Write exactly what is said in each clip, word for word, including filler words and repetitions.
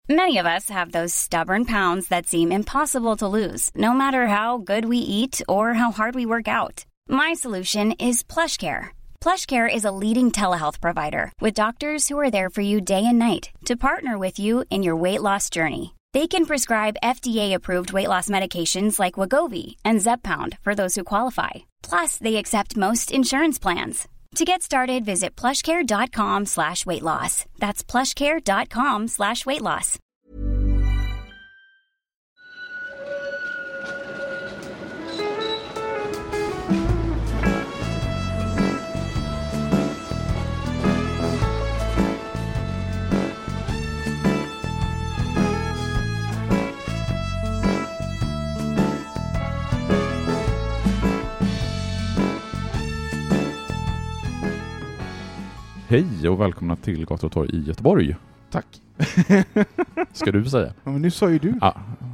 Many of us have those stubborn pounds that seem impossible to lose, no matter how good we eat or how hard we work out. My solution is PlushCare. PlushCare is a leading telehealth provider with doctors who are there for you day and night to partner with you in your weight loss journey. They can prescribe F D A-approved weight loss medications like Wegovy and Zepbound for those who qualify. Plus, they accept most insurance plans. To get started, visit plushcare.com slash weight loss. That's plushcare.com slash weight loss. Hej och välkomna till Gator och torg i Göteborg. Tack. Ska du säga? Ja, men nu sa ju du. Ja,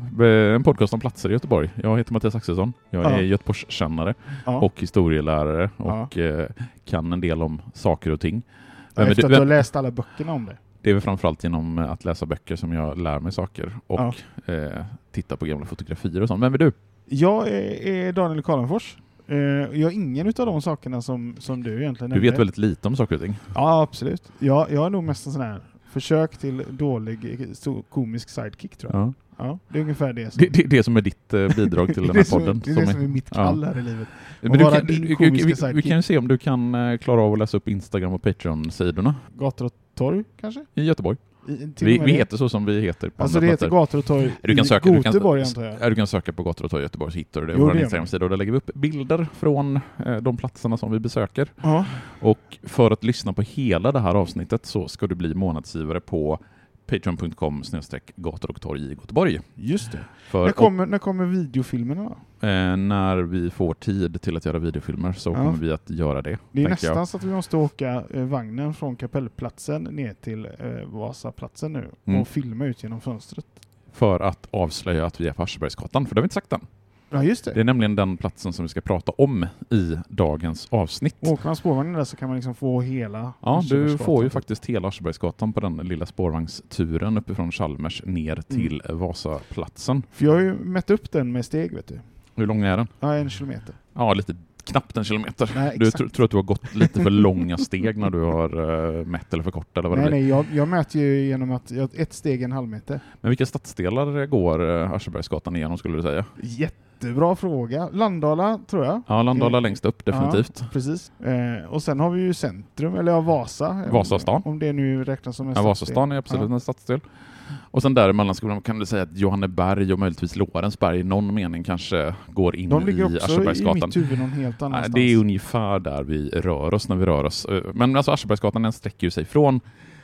en podcast om platser i Göteborg. Jag heter Mattias Axelsson. Jag är ja. Göteborgskännare ja. och historielärare och ja. kan en del om saker och ting. Ja, efter du, att du har läst alla böckerna om det. Det är väl framförallt genom att läsa böcker som jag lär mig saker och ja. eh, titta på gamla fotografier och sånt. Vem är du? Jag är, är Daniel Karlenfors. Uh, jag har ingen av de sakerna som, som du egentligen Du vet nämnde. Väldigt lite om saker och ting. Ja, absolut. Jag, jag är nog mest en sån här försök till dålig så, komisk sidekick, tror jag. Ja. Ja, det är ungefär det som... Det, det, det som är ditt uh, bidrag till den här podden. Det är det som är mitt kall ja. här i livet. Men du kan, du, vi, vi, vi kan ju se om du kan uh, klara av att läsa upp Instagram och Patreon-sidorna. Gator och torg, kanske? I Göteborg. I, vi, vi heter så som vi heter på alltså det heter Gator och torg du kan i söka, Göteborg, du kan, antar jag. Du kan söka på Gator och torg i Göteborg så hittar du det på jo, vår Instagram-sida och där lägger vi upp bilder från eh, de platserna som vi besöker. Ja. Och för att lyssna på hela det här avsnittet så ska du bli månadsgivare på patreon punkt com snedstreck gator och torg i Göteborg. Just det. För, när, kommer, när kommer videofilmerna då? Eh, när vi får tid till att göra videofilmer så ja. kommer vi att göra det. Det är nästan jag. så att vi måste åka eh, vagnen från Kapellplatsen ner till eh, Vasaplatsen nu mm. och filma ut genom fönstret. För att avslöja att vi är på Aschebergsgatan, för det har vi inte sagt än. Ja, just det. Det är nämligen den platsen som vi ska prata om i dagens avsnitt. Åker man spårvagnen där så kan man liksom få hela Ja, du får ju faktiskt hela Aschebergsgatan på den lilla spårvagnsturen uppifrån Chalmers ner till mm. Vasaplatsen. För jag har ju mätt upp den med steg, vet du. Hur lång är den? Ja, en kilometer. Ja, lite knappt en kilometer. Nej, du tr- tror att du har gått lite för långa steg när du har uh, mätt eller för kort eller vad nej, det blir? Nej, jag, jag mäter ju genom att jag, ett steg en halv meter. Men vilka stadsdelar går uh, Aschebergsgatan igenom, skulle du säga? Jättebra fråga. Landala, tror jag. Ja, Landala eh, längst upp, definitivt. Ja, precis. Eh, och sen har vi ju centrum, eller ja, Vasa. Vasastan. Om det nu räknas som en ja, stadsdel. Vasastan är absolut ja. en stadsdel. Och sen däremellan skulle man kan du säga att Johanneberg och möjligtvis Lorensberg i någon mening kanske går in De ligger i också Aschebergsgatan. i mitt huvud någon helt annanstans. Det är ungefär där vi rör oss när vi rör oss. Men alltså Aschebergsgatan den sträcker ju sig från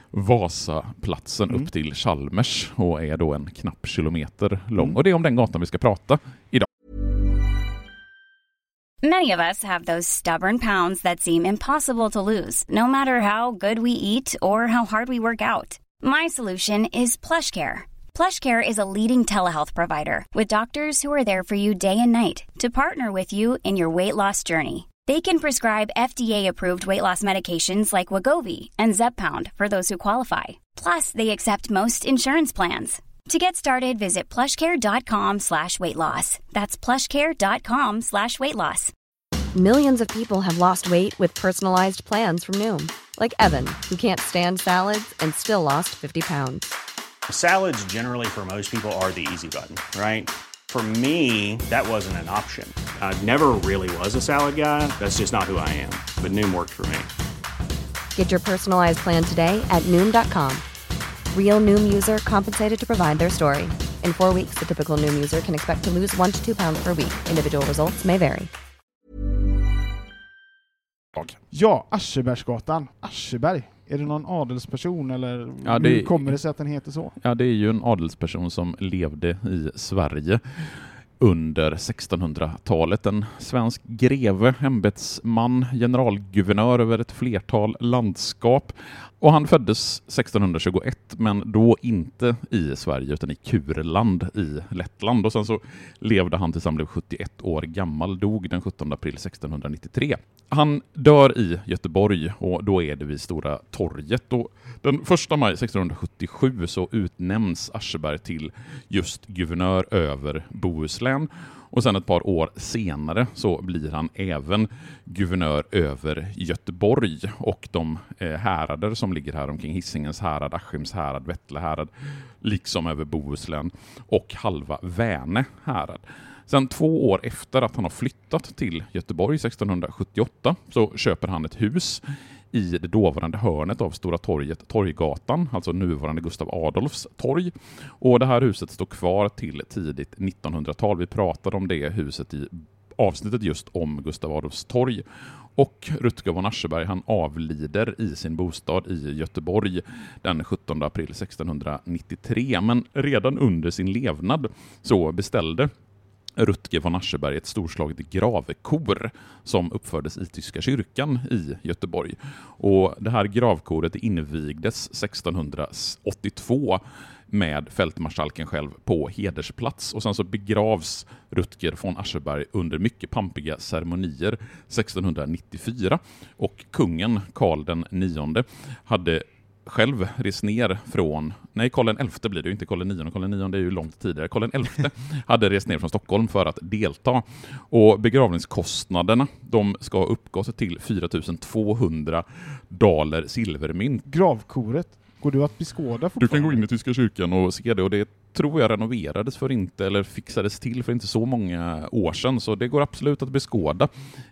Vasaplatsen mm. upp till Chalmers och är då en knapp kilometer lång. Mm. Och det är om den gatan vi ska prata idag. Many of us have those stubborn pounds that seem impossible to lose, no matter how good we eat or how hard we work out. My solution is PlushCare. PlushCare is a leading telehealth provider with doctors who are there for you day and night to partner with you in your weight loss journey. They can prescribe F D A-approved weight loss medications like Wegovy and Zepbound for those who qualify. Plus, they accept most insurance plans. To get started, visit plushcare.com slash weight loss. That's plushcare.com slash weight loss. Millions of people have lost weight with personalized plans from Noom. Like Evan, who can't stand salads and still lost fifty pounds. Salads generally for most people are the easy button, right? For me, that wasn't an option. I never really was a salad guy. That's just not who I am. But Noom worked for me. Get your personalized plan today at noom dot com. Real Noom user compensated to provide their story. In four weeks, the typical Noom user can expect to lose one to two pounds per week. Individual results may vary. Ja, Aschebergsgatan. Ascheberg. Är det någon adelsperson eller ja, det, hur kommer det sig att den heter så? Ja, det är ju en adelsperson som levde i Sverige under sextonhundratalet. En svensk greve, ämbetsman, generalguvernör över ett flertal landskap. Och han föddes sextonhundratjugoett, men då inte i Sverige utan i Kurland i Lettland. Och sen så levde han tills han blev sjuttioett år gammal, dog den sjuttonde april sextonhundranittiotre. Han dör i Göteborg och då är det vid Stora torget. Och den första maj sextonhundrasjuttiosju så utnämns Ascheberg till just guvernör över Bohuslän. Och sen ett par år senare så blir han även guvernör över Göteborg och de eh, härader som ligger här omkring Hisingens härad, Askims härad, Vettle härad, liksom över Bohuslän och halva Värne härad. Sen två år efter att han har flyttat till Göteborg sextonhundrasjuttioåtta så köper han ett hus i det dåvarande hörnet av Stora torget, Torggatan, alltså nuvarande Gustav Adolfs torg. Och det här huset står kvar till tidigt nittonhundratal. Vi pratade om det huset i avsnittet just om Gustav Adolfs torg. Och Rutger von Ascheberg, han avlider i sin bostad i Göteborg den sjuttonde april sextonhundranittiotre. Men redan under sin levnad så beställde Rutger von Ascheberg ett storslaget gravkor som uppfördes i Tyska kyrkan i Göteborg. Och det här gravkoret invigdes sextonhundraåttiotvå med fältmarskalken själv på hedersplats. Och sen så begravs Rutger von Ascheberg under mycket pampiga ceremonier sextonhundranittiofyra. Och kungen Karl den nionde hade själv rest ner från, nej Karl den elfte blir det ju inte, Karl den nionde, Karl den nionde är ju långt tidigare, Karl den elfte hade rest ner från Stockholm för att delta. Och begravningskostnaderna, de ska ha uppgått till fyra tusen tvåhundra daler silvermynt. Gravkoret, går du att beskåda fortfarande? Du kan gå in i Tyska kyrkan och se det, och det tror jag renoverades för inte, eller fixades till för inte så många år sedan, så det går absolut att beskåda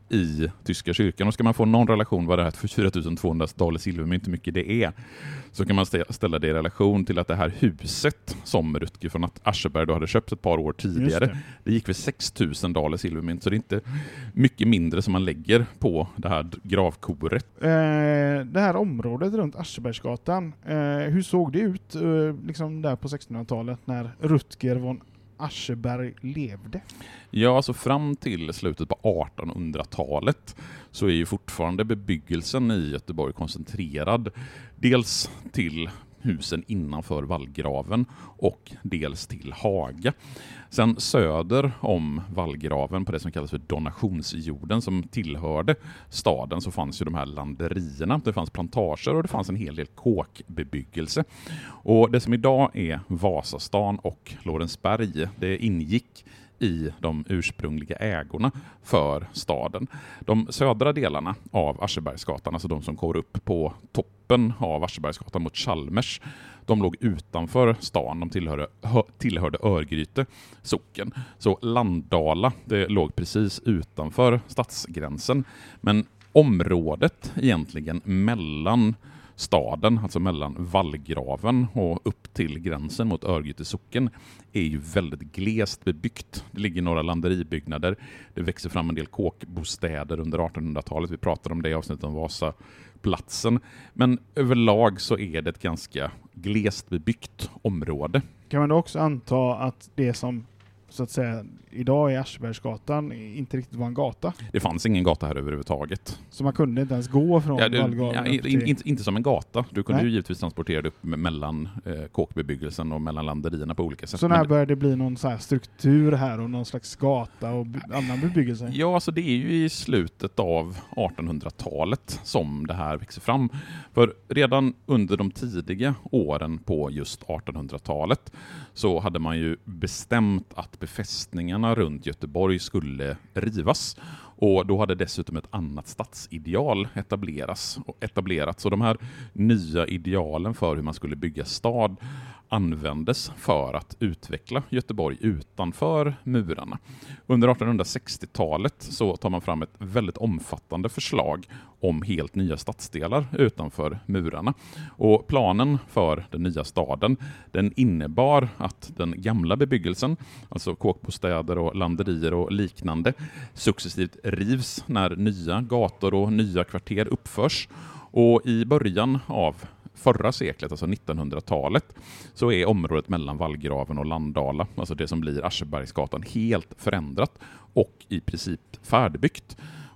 i Tyska kyrkan. Och ska man få någon relation vad det här för fyra tusen tvåhundra daler silvermynt, hur mycket det är, så kan man ställa det i relation till att det här huset som Rutger von Ascheberg då hade köpt ett par år tidigare, det. det gick för sex tusen daler silvermynt, så det är inte mycket mindre som man lägger på det här gravkoret. Eh, det här området runt Aschebergsgatan, eh, hur såg det ut eh, liksom där på sextonhundratalet när Rutger von Ascheberg levde? Ja, alltså fram till slutet på artonhundratalet så är ju fortfarande bebyggelsen i Göteborg koncentrerad dels till husen innanför vallgraven och dels till Haga. Sen söder om vallgraven på det som kallas för donationsjorden som tillhörde staden så fanns ju de här landerierna. Det fanns plantager och det fanns en hel del kåkbebyggelse. Och det som idag är Vasastan och Lorensberg, det ingick i de ursprungliga ägorna för staden. De södra delarna av Aschebergsgatan, alltså de som går upp på toppen av Aschebergsgatan mot Chalmers, de låg utanför stan, de tillhörde, tillhörde Örgryte socken. Så Landala, det låg precis utanför stadsgränsen. Men området egentligen mellan staden, alltså mellan vallgraven och upp till gränsen mot Örgryte socken, är ju väldigt glest bebyggt. Det ligger några landeribyggnader, det växer fram en del kåkbostäder under artonhundratalet. Vi pratade om det i avsnittet om Vasaplatsen. Men överlag så är det ett ganska glest bebyggt område. Kan man då också anta att det som så att säga idag är Aschebergsgatan inte riktigt var en gata? Det fanns ingen gata här överhuvudtaget. Så man kunde inte ens gå från ja, du, vallgraven ja, upp till... inte, inte som en gata. Du kunde Nej. ju givetvis transportera det upp mellan eh, kåkbebyggelsen och mellan landerierna på olika sätt. Så när började det bli någon så här struktur här och någon slags gata och by- annan bebyggelse? Ja, alltså det är ju i slutet av artonhundratalet som det här växer fram. För redan under de tidiga åren på just artonhundratalet så hade man ju bestämt att befästningarna runt Göteborg skulle rivas. Och då hade dessutom ett annat stadsideal etableras, etablerats. Och de här nya idealen för hur man skulle bygga stad användes för att utveckla Göteborg utanför murarna. Under artonhundrasextiotalet så tar man fram ett väldigt omfattande förslag om helt nya stadsdelar utanför murarna. Och planen för den nya staden, den innebar att den gamla bebyggelsen, alltså kåkbostäder och landerier och liknande, successivt rivs när nya gator och nya kvarter uppförs. Och i början av förra seklet, alltså nittonhundratalet, så är området mellan Vallgraven och Landala, alltså det som blir Aschebergsgatan, helt förändrat och i princip färdigbyggt.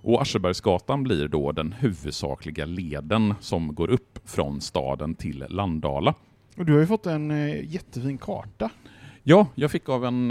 Och Aschebergsgatan blir då den huvudsakliga leden som går upp från staden till Landala. Och du har ju fått en eh, jättefin karta. Ja, jag fick av en,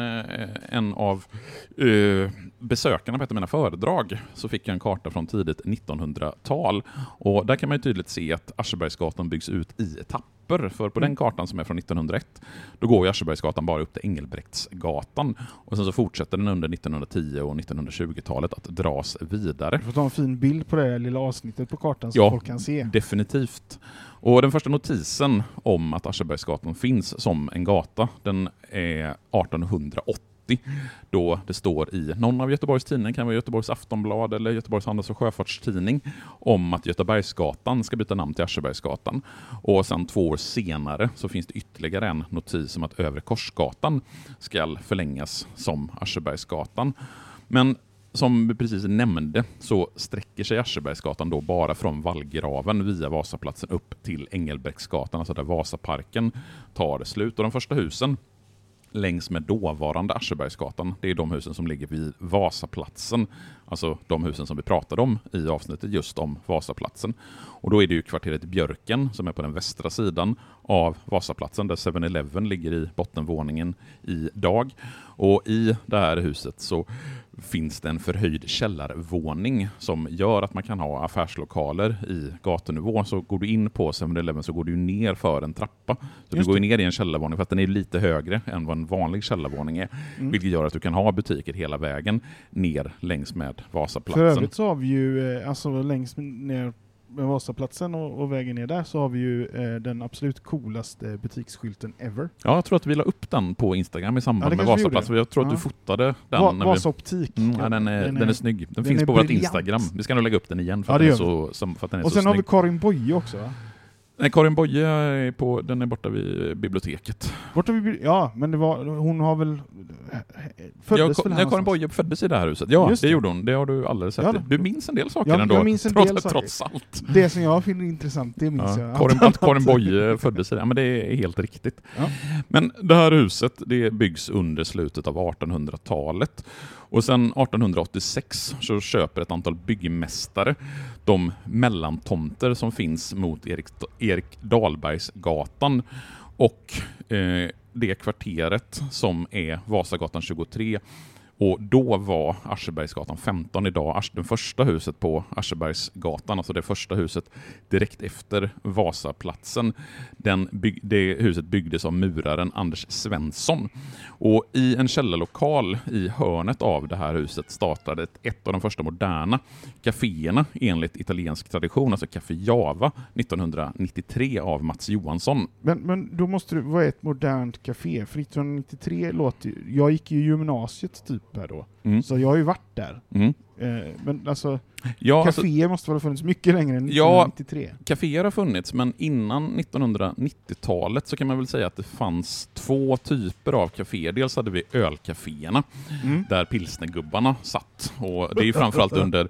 en av uh, besökarna på ett av mina föredrag, så fick jag en karta från tidigt nittonhundratal. Och där kan man ju tydligt se att Aschebergsgatan byggs ut i etapper. För på mm. den kartan som är från nittonhundraett, då går ju Aschebergsgatan bara upp till Engelbrektsgatan. Och sen så fortsätter den under nittonhundratio och nittonhundratjugotalet att dras vidare. Du får ta en fin bild på det här lilla avsnittet på kartan så ja, folk kan se. Definitivt. Och den första notisen om att Aschebergsgatan finns som en gata, den är artonhundraåttio, då det står i någon av Göteborgs tidningar, kan vara Göteborgs Aftonblad eller Göteborgs Handels- och Sjöfartstidning, om att Göteborgsgatan ska byta namn till Aschebergsgatan. Och sen två år senare så finns det ytterligare en notis om att Övre Korsgatan ska förlängas som Aschebergsgatan. Men som vi precis nämnde så sträcker sig Aschebergsgatan då bara från Vallgraven via Vasaplatsen upp till Engelbrektsgatan, alltså där Vasaparken tar slut. Och de första husen längs med dåvarande Aschebergsgatan, det är de husen som ligger vid Vasaplatsen, alltså de husen som vi pratade om i avsnittet just om Vasaplatsen. Och då är det ju kvarteret Björken som är på den västra sidan av Vasaplatsen, där seven eleven ligger i bottenvåningen idag. Och i det här huset så finns det en förhöjd källarvåning som gör att man kan ha affärslokaler i gatunivå. Så går du in på seven eleven så går du ner för en trappa. Så just du går ner i en källarvåning för att den är lite högre än vad en vanlig källarvåning är. Mm. Vilket gör att du kan ha butiker hela vägen ner längs med Vasaplatsen. För övrigt så har vi ju alltså längs ner med Vasaplatsen och, och vägen ner där så har vi ju eh, den absolut coolaste butiksskylten ever. Ja, jag tror att vi la upp den på Instagram i samband ja, med Vasaplatsen. Jag tror att ja. du fotade den. Va- Vasoptik. Vi... Mm, ja, den, är, den, är, den är snygg. Den, den finns på vårt Instagram. Vi ska nog lägga upp den igen för, ja, att, den är så, som, för att den är och så sen snygg. har vi Karin Boye också, va? Nej, Karin Boye är på, den är borta vid biblioteket. Borta vid, ja, men det var, hon har väl föddes ja, väl här Karin Boye föddes i det här huset. Ja, Just det, det gjorde hon. Det har du alldeles sett. Ja, du minns en del saker ja, ändå. Jag minns en trots, del saker. Trots allt. Det som jag finner intressant, det minns ja, jag. Karin, att Karin Boye föddes i det. Ja, men det är helt riktigt. Ja. Men det här huset, det byggs under slutet av artonhundratalet. Och sen artonhundraåttiosex så köper ett antal byggmästare de mellantomter som finns mot Erik, Erik Dahlbergsgatan och eh, det kvarteret som är Vasagatan tjugotre. Och då var Aschebergsgatan femton idag, det första huset på Aschebergsgatan, alltså det första huset direkt efter Vasaplatsen. Den bygg, det huset byggdes av muraren Anders Svensson. Och i en källarlokal i hörnet av det här huset startade ett, ett av de första moderna kaféerna enligt italiensk tradition, alltså Café Java nittonhundranittiotre av Mats Johansson. Men, men då måste det vara ett modernt café, för nittonhundranittiotre låter jag gick ju gymnasiet typ här då. Mm. Så jag har ju varit där. Mm. Eh, men alltså, ja, kaféer alltså, måste väl ha funnits mycket längre än nittonhundranittiotre. Ja, kaféer har funnits, men innan nittonhundranittiotalet så kan man väl säga att det fanns två typer av kaféer. Dels hade vi ölkaféerna, mm. där pilsnergubbarna satt. Och det är ju framförallt under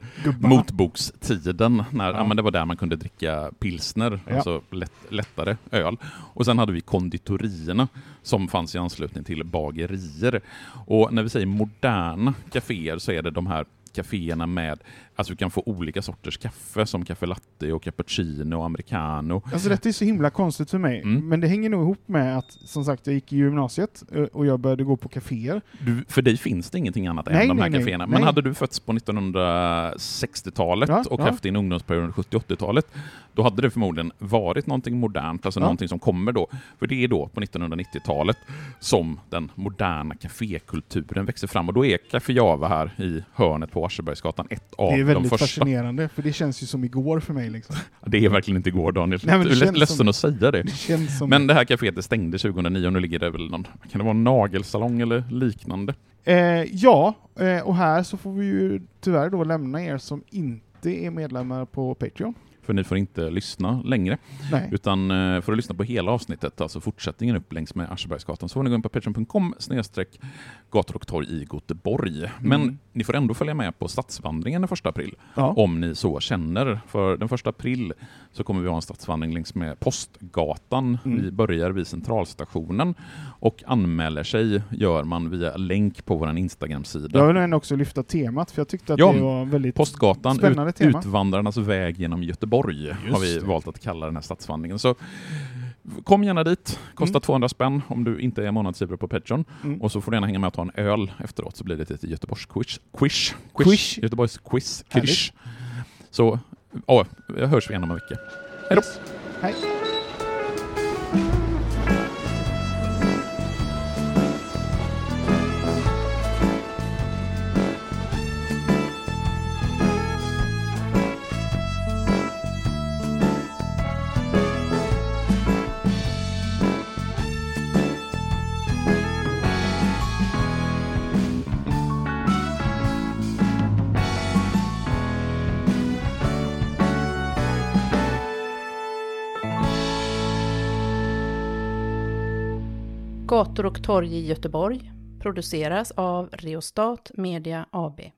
motbokstiden, när ja. Ja, men det var där man kunde dricka pilsner, ja. Alltså lätt, lättare öl. Och sen hade vi konditorierna som fanns i anslutning till bagerier. Och när vi säger moderna kaféer så är det de här kaféerna med, alltså du kan få olika sorters kaffe som kaffe latte och cappuccino och americano. Alltså detta är så himla konstigt för mig, mm. men det hänger nog ihop med att, som sagt, jag gick i gymnasiet och jag började gå på kaféer. Du, för dig finns det ingenting annat nej, än de här nej, kaféerna. Nej. Men hade du fötts på nittonhundrasextiotalet ja, och ja. haft din ungdomsperiod under sjuttio- och åttiotalet, då hade det förmodligen varit någonting modernt, alltså ja. någonting som kommer då. För det är då på nittonhundranittiotalet som den moderna kafékulturen växer fram. Och då är Café Java här i hörnet på Aschebergsgatan ett av de första. Det är väldigt fascinerande, för det känns ju som igår för mig. Liksom. Det är verkligen inte igår, Daniel. Nej, men det du är ledsen som, att säga det. det känns som men det här kaféet stängde tjugohundranio och nu ligger det väl någon, kan det vara en nagelsalong eller liknande? Eh, ja, eh, och här så får vi ju tyvärr då lämna er som inte är medlemmar på Patreon. För ni får inte lyssna längre. Nej. Utan för att lyssna på hela avsnittet, alltså fortsättningen upp längs med Aschebergsgatan, så får ni gå in på patreon punkt com snedstreck gator och torg i Göteborg. Mm. Men ni får ändå följa med på stadsvandringen den första april. Ja. Om ni så känner. För den första april så kommer vi ha en stadsvandring längs med Postgatan. Mm. Vi börjar vid centralstationen. Och anmäler sig gör man via länk på vår Instagram-sida. Jag vill ändå också lyfta temat, för jag tyckte att ja, det var väldigt Postgatan, spännande ut, tema. Utvandrarnas väg genom Göteborg. Just har vi det. valt att kalla den här stadsvandringen. Så kom gärna dit. Kostar mm. tvåhundra spänn om du inte är månadsgivare på Patreon. Mm. Och så får du gärna hänga med och ta en öl efteråt, så blir det ett Göteborgs quiz. Quiz. quiz. quiz. Göteborgs quiz. quiz. Så ja, jag hörs vi igen om en vecka. Hej då! Yes. Hej! Gator och torg i Göteborg produceras av Reostat Media A B.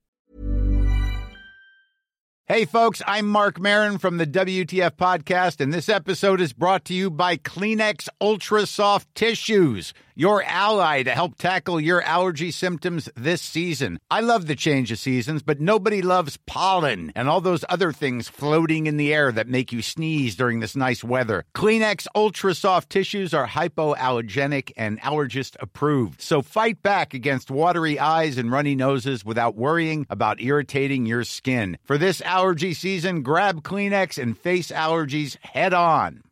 Hey folks, I'm Mark Maron from the W T F podcast, and this episode is brought to you by Kleenex Ultra Soft Tissues, your ally to help tackle your allergy symptoms this season. I love the change of seasons, but nobody loves pollen and all those other things floating in the air that make you sneeze during this nice weather. Kleenex Ultra Soft Tissues are hypoallergenic and allergist approved, so fight back against watery eyes and runny noses without worrying about irritating your skin. For this allergy season, grab Kleenex and face allergies head on.